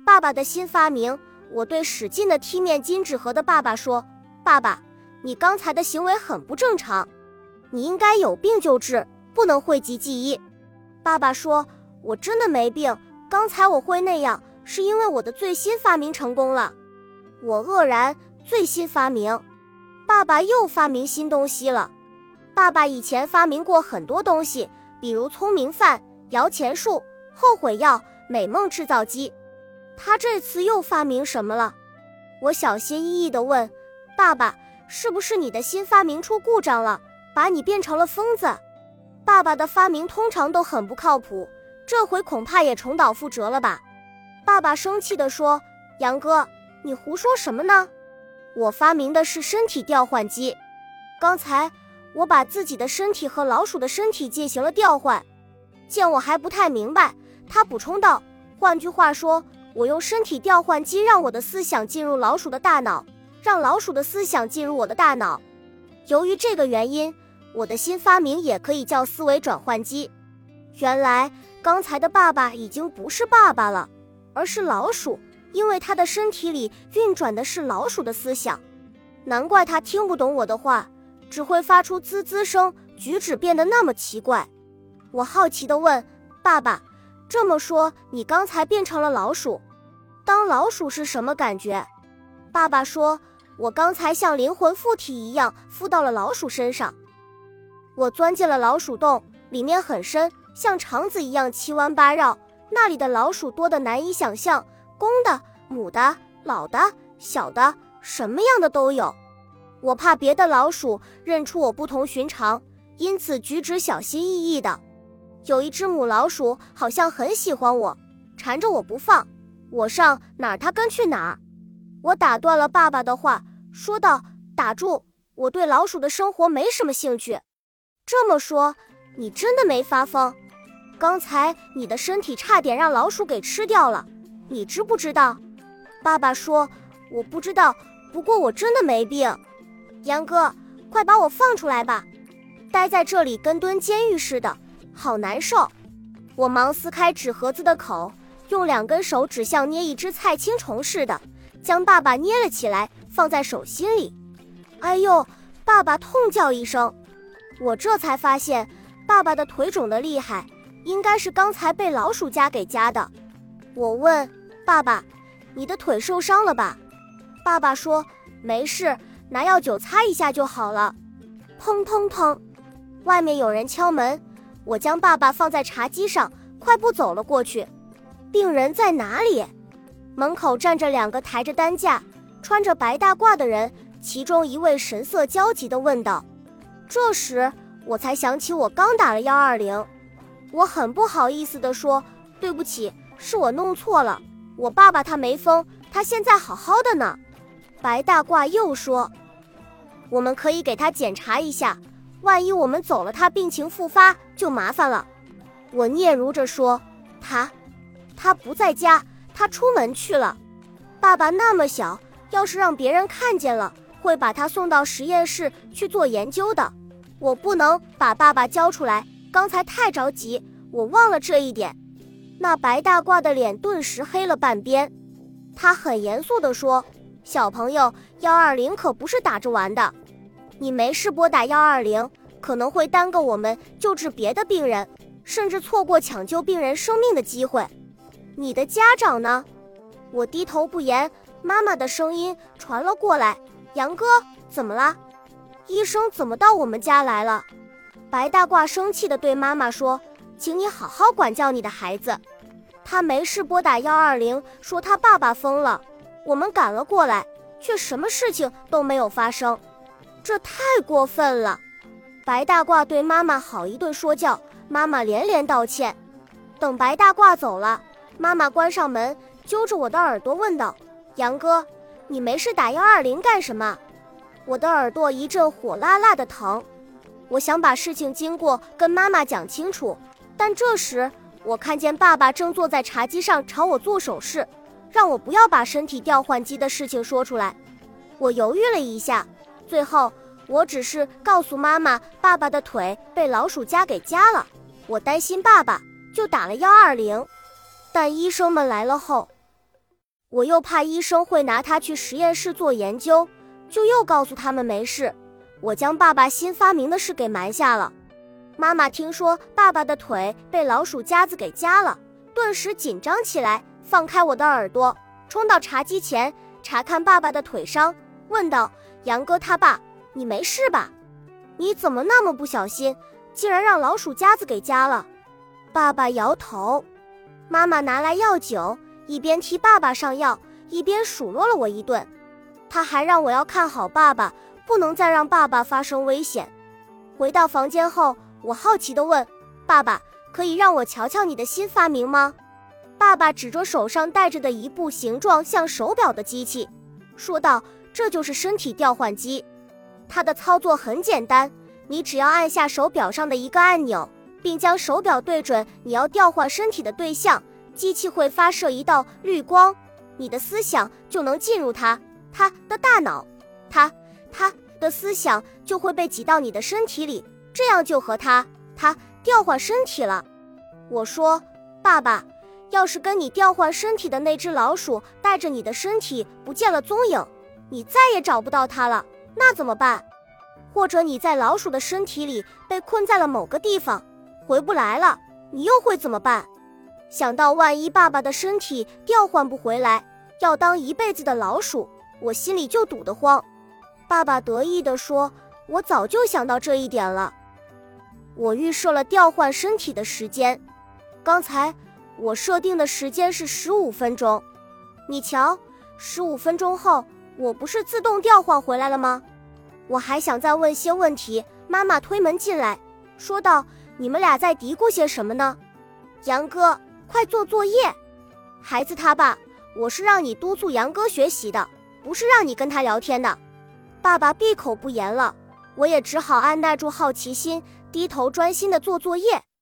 爸爸的新发明，我对使劲地踢面巾纸盒的爸爸说：爸爸，你刚才的行为很不正常，你应该有病就治，不能讳疾忌医。爸爸说：我真的没病，刚才我会那样，是因为我的最新发明成功了。我愕然，最新发明？爸爸又发明新东西了。爸爸以前发明过很多东西，比如聪明饭、摇钱树、后悔药、美梦制造机。他这次又发明什么了？我小心翼翼地问：爸爸，是不是你的新发明出故障了，把你变成了疯子？爸爸的发明通常都很不靠谱，这回恐怕也重蹈覆辙了吧？爸爸生气地说：杨哥，你胡说什么呢？我发明的是身体调换机，刚才我把自己的身体和老鼠的身体进行了调换。见我还不太明白，他补充道：换句话说，我用身体调换机让我的思想进入老鼠的大脑，让老鼠的思想进入我的大脑。由于这个原因，我的新发明也可以叫思维转换机。原来刚才的爸爸已经不是爸爸了，而是老鼠，因为他的身体里运转的是老鼠的思想。难怪他听不懂我的话，只会发出滋滋声，举止变得那么奇怪。我好奇地问：爸爸，这么说你刚才变成了老鼠，当老鼠是什么感觉？爸爸说：我刚才像灵魂附体一样附到了老鼠身上。我钻进了老鼠洞，里面很深，像肠子一样七弯八绕，那里的老鼠多得难以想象，公的、母的、老的、小的，什么样的都有。我怕别的老鼠认出我不同寻常，因此举止小心翼翼的。有一只母老鼠好像很喜欢我，缠着我不放，我上哪儿它跟去哪儿。我打断了爸爸的话，说道：打住，我对老鼠的生活没什么兴趣。这么说，你真的没发疯？刚才你的身体差点让老鼠给吃掉了，你知不知道？爸爸说：我不知道，不过我真的没病。杨哥，快把我放出来吧，待在这里跟蹲监狱似的，好难受。我忙撕开纸盒子的口，用2根手指像捏一只菜青虫似的，将爸爸捏了起来，放在手心里。哎呦，爸爸痛叫一声。我这才发现爸爸的腿肿得厉害，应该是刚才被老鼠夹给夹的。我问爸爸：你的腿受伤了吧？爸爸说：没事，拿药酒擦一下就好了。砰砰砰，外面有人敲门，我将爸爸放在茶几上，快步走了过去。病人在哪里？门口站着2个抬着担架、穿着白大褂的人，其中一位神色焦急地问道。这时我才想起我刚打了120，我很不好意思地说：对不起，是我弄错了，我爸爸他没疯，他现在好好的呢。白大褂又说：我们可以给他检查一下，万一我们走了他病情复发就麻烦了。我嗫嚅着说：他不在家，他出门去了。爸爸那么小，要是让别人看见了，会把他送到实验室去做研究的。我不能把爸爸交出来，刚才太着急，我忘了这一点。那白大褂的脸顿时黑了半边，他很严肃地说：小朋友，120可不是打着玩的，你没事拨打120，可能会耽搁我们救治别的病人，甚至错过抢救病人生命的机会。你的家长呢？我低头不言，妈妈的声音传了过来：杨哥，怎么了？医生怎么到我们家来了？白大褂生气地对妈妈说：请你好好管教你的孩子。他没事拨打120，说他爸爸疯了，我们赶了过来，却什么事情都没有发生，这太过分了。白大褂对妈妈好一顿说教，妈妈连连道歉。等白大褂走了，妈妈关上门，揪着我的耳朵问道：杨哥，你没事打120干什么？我的耳朵一阵火辣辣的疼，我想把事情经过跟妈妈讲清楚，但这时我看见爸爸正坐在茶几上朝我做手势，让我不要把身体调换机的事情说出来。我犹豫了一下，最后我只是告诉妈妈爸爸的腿被老鼠夹给夹了，我担心爸爸，就打了120。但医生们来了后， 我又怕医生会拿他去实验室做研究，就又告诉他们没事。我将爸爸新发明的事给瞒下了。妈妈听说爸爸的腿被老鼠夹子给夹了，顿时紧张起来，放开我的耳朵，冲到茶几前查看爸爸的腿伤，问道：杨哥他爸，你没事吧？你怎么那么不小心，竟然让老鼠夹子给夹了？爸爸摇头。妈妈拿来药酒，一边替爸爸上药，一边数落了我一顿。她还让我要看好爸爸，不能再让爸爸发生危险。回到房间后，我好奇地问：爸爸，可以让我瞧瞧你的新发明吗？爸爸指着手上戴着的一部形状像手表的机器，说道：这就是身体调换机。它的操作很简单，你只要按下手表上的一个按钮，并将手表对准你要调换身体的对象，机器会发射一道绿光，你的思想就能进入它的大脑，它的思想就会被挤到你的身体里，这样就和它调换身体了。我说：爸爸，要是跟你调换身体的那只老鼠带着你的身体不见了踪影，你再也找不到它了，那怎么办？或者你在老鼠的身体里被困在了某个地方，回不来了，你又会怎么办？想到万一爸爸的身体调换不回来，要当一辈子的老鼠，我心里就堵得慌。爸爸得意地说：我早就想到这一点了。我预设了调换身体的时间，刚才我设定的时间是15分钟。你瞧，15分钟后，我不是自动调换回来了吗？我还想再问些问题，妈妈推门进来，说道：你们俩在嘀咕些什么呢？杨哥，快做作业。孩子他爸，我是让你督促杨哥学习的，不是让你跟他聊天的。爸爸闭口不言了，我也只好按耐住好奇心，低头专心地做作业。